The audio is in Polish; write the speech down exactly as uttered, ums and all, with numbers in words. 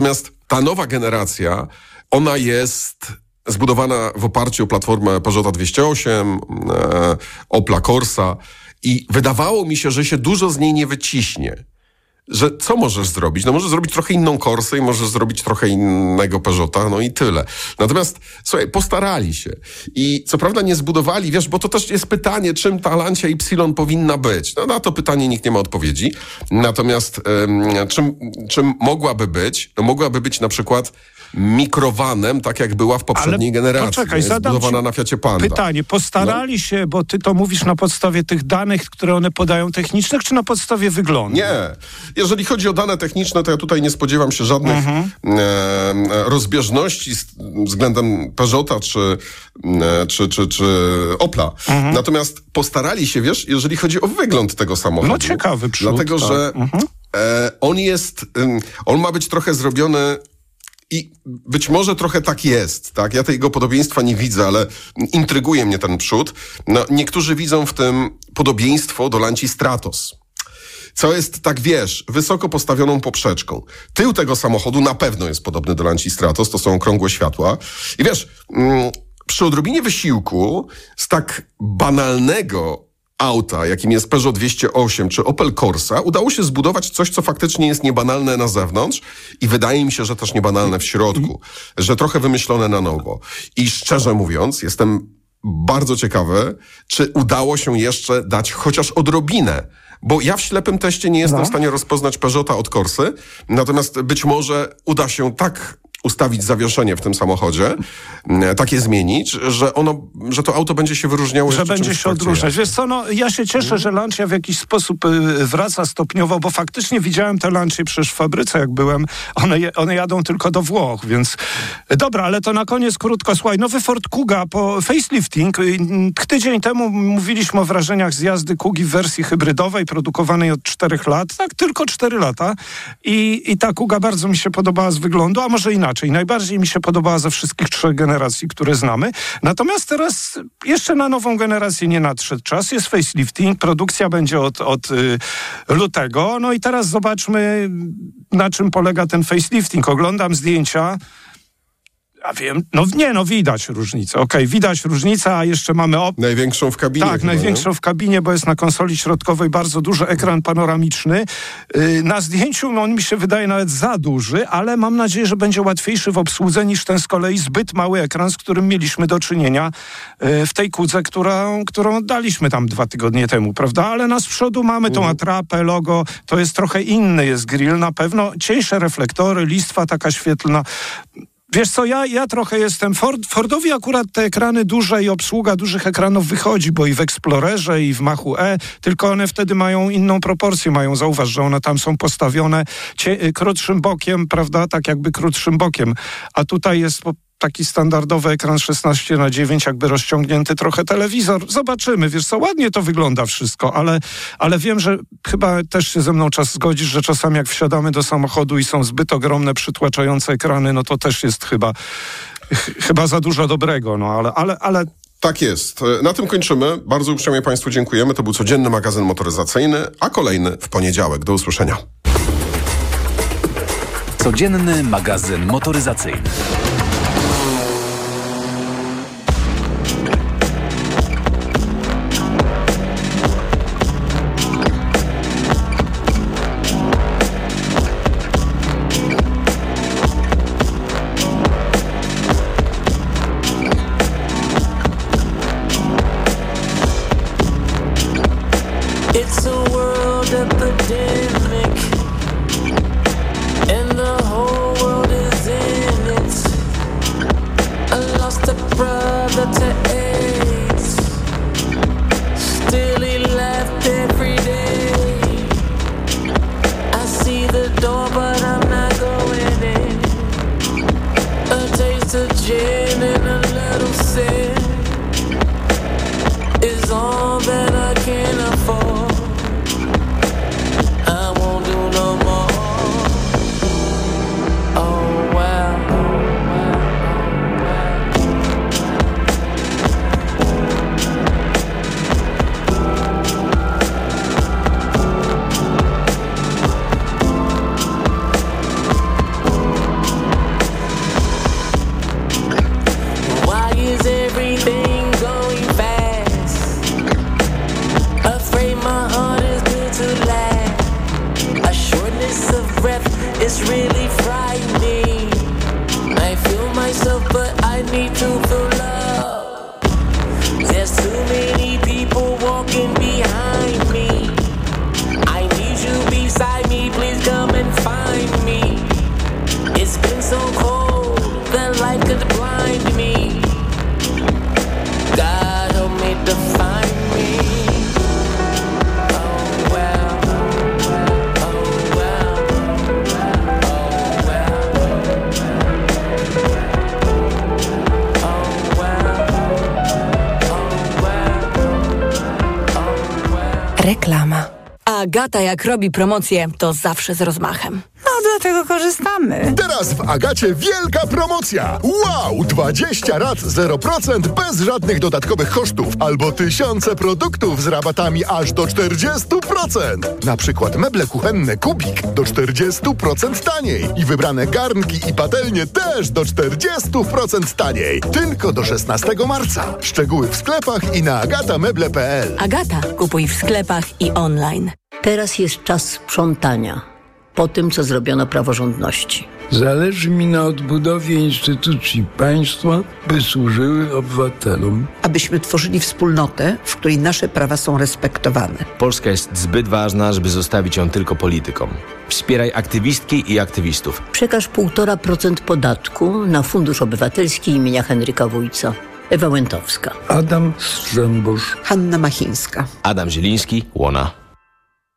Natomiast ta nowa generacja, ona jest zbudowana w oparciu o platformę Peugeota dwieście osiem, e, Opla Corsa i wydawało mi się, że się dużo z niej nie wyciśnie. Że co możesz zrobić? No możesz zrobić trochę inną Corsę i możesz zrobić trochę innego Peugeota, no i tyle. Natomiast, słuchaj, postarali się. I co prawda nie zbudowali, wiesz, bo to też jest pytanie, czym ta Lancia Y powinna być. No na to pytanie nikt nie ma odpowiedzi. Natomiast ym, czym, czym mogłaby być? No mogłaby być na przykład mikrowanem, tak jak była w poprzedniej Ale generacji. Poczekaj, jest zbudowana na Fiacie Panda. Pytanie, postarali no. się, bo ty to mówisz na podstawie tych danych, które one podają technicznych, czy na podstawie wyglądu? Nie. Jeżeli chodzi o dane techniczne, to ja tutaj nie spodziewam się żadnych mhm. e, rozbieżności z, względem Peugeota czy, e, czy, czy, czy Opla. Mhm. Natomiast postarali się, wiesz, jeżeli chodzi o wygląd tego samochodu. No ciekawy przód. Dlatego, tak. że mhm. e, on jest, um, on ma być trochę zrobiony i być może trochę tak jest, tak? Ja tego podobieństwa nie widzę, ale intryguje mnie ten przód. No, niektórzy widzą w tym podobieństwo do Lanci Stratos. Co jest, tak wiesz, wysoko postawioną poprzeczką. Tył tego samochodu na pewno jest podobny do Lanci Stratos, to są okrągłe światła. I wiesz, mm, przy odrobinie wysiłku z tak banalnego auta, jakim jest Peugeot dwieście osiem czy Opel Corsa, udało się zbudować coś, co faktycznie jest niebanalne na zewnątrz i wydaje mi się, że też niebanalne w środku, że trochę wymyślone na nowo. I szczerze mówiąc, jestem bardzo ciekawy, czy udało się jeszcze dać chociaż odrobinę. Bo ja w ślepym teście nie jestem no. w stanie rozpoznać Peugeota od Corsy, natomiast być może uda się tak ustawić zawieszenie w tym samochodzie, takie zmienić, że ono, że to auto będzie się wyróżniało. Że będzie się odróżniać. Wiesz co, no ja się cieszę, mm. że Lancia w jakiś sposób y, wraca stopniowo, bo faktycznie widziałem te Lancie przecież w fabryce, jak byłem. One, je, one jadą tylko do Włoch, więc dobra, ale to na koniec krótko. Słuchaj, nowy Ford Kuga po facelifting. Y, tydzień temu mówiliśmy o wrażeniach z jazdy Kugi w wersji hybrydowej, produkowanej od czterech lat. Tak, tylko cztery lata. I, i ta Kuga bardzo mi się podobała z wyglądu, a może inaczej. Najbardziej mi się podobała ze wszystkich trzech generacji, które znamy. Natomiast teraz jeszcze na nową generację nie nadszedł czas. Jest facelifting, produkcja będzie od, od y, lutego. No i teraz zobaczmy, na czym polega ten facelifting. Oglądam zdjęcia. A wiem, no nie, no widać różnicę. Okej, okay, widać różnicę, a jeszcze mamy... Op- największą w kabinie. Tak, chyba, największą nie? w kabinie, bo jest na konsoli środkowej bardzo duży ekran panoramiczny. Yy, na zdjęciu no, on mi się wydaje nawet za duży, ale mam nadzieję, że będzie łatwiejszy w obsłudze niż ten z kolei zbyt mały ekran, z którym mieliśmy do czynienia yy, w tej Kudze, która, którą oddaliśmy tam dwa tygodnie temu, prawda? Ale na z przodu mamy tą atrapę, logo, to jest trochę inny jest grill, na pewno cieńsze reflektory, listwa taka świetlna. Wiesz co, ja, ja trochę jestem... Ford, Fordowi akurat te ekrany duże i obsługa dużych ekranów wychodzi, bo i w Explorerze, i w Machu E, tylko one wtedy mają inną proporcję, mają, zauważ, że one tam są postawione cie, krótszym bokiem, prawda, tak jakby krótszym bokiem, a tutaj jest po, taki standardowy ekran szesnaście na dziewięć, jakby rozciągnięty trochę telewizor. Zobaczymy, wiesz co, ładnie to wygląda wszystko, ale, ale wiem, że chyba też się ze mną czas zgodzisz, że czasami jak wsiadamy do samochodu i są zbyt ogromne, przytłaczające ekrany, no to też jest chyba, ch- chyba za dużo dobrego, no ale, ale, ale tak jest. Na tym kończymy. Bardzo uprzejmie Państwu dziękujemy. To był codzienny magazyn motoryzacyjny, a kolejny w poniedziałek. Do usłyszenia. Codzienny magazyn motoryzacyjny. It's really frightening. I feel myself, but I need to feel love. There's too many people walking behind me. I need you beside me, please come and find me. It's been so cold that life could blind me. God help me to find me. Oh well, oh well, oh well, oh well, oh well. Reklama. Agata jak robi promocję, to zawsze z rozmachem. No, dlatego korzystamy. Teraz w Agacie wielka promocja. Wow! dwadzieścia rat zero procent bez żadnych dodatkowych kosztów. Albo tysiące produktów z rabatami aż do czterdzieści procent. Na przykład meble kuchenne Kubik do czterdzieści procent taniej. I wybrane garnki i patelnie też do czterdzieści procent taniej. Tylko do szesnastego marca. Szczegóły w sklepach i na agatameble kropka p l. Agata, kupuj w sklepach i online. Teraz jest czas sprzątania. Po tym, co zrobiono praworządności. Zależy mi na odbudowie instytucji państwa, by służyły obywatelom. Abyśmy tworzyli wspólnotę, w której nasze prawa są respektowane. Polska jest zbyt ważna, żeby zostawić ją tylko politykom. Wspieraj aktywistki i aktywistów. Przekaż półtora procent podatku na Fundusz Obywatelski imienia Henryka Wójca. Ewa Łętowska. Adam Strzembosz. Hanna Machińska. Adam Zieliński, Łona.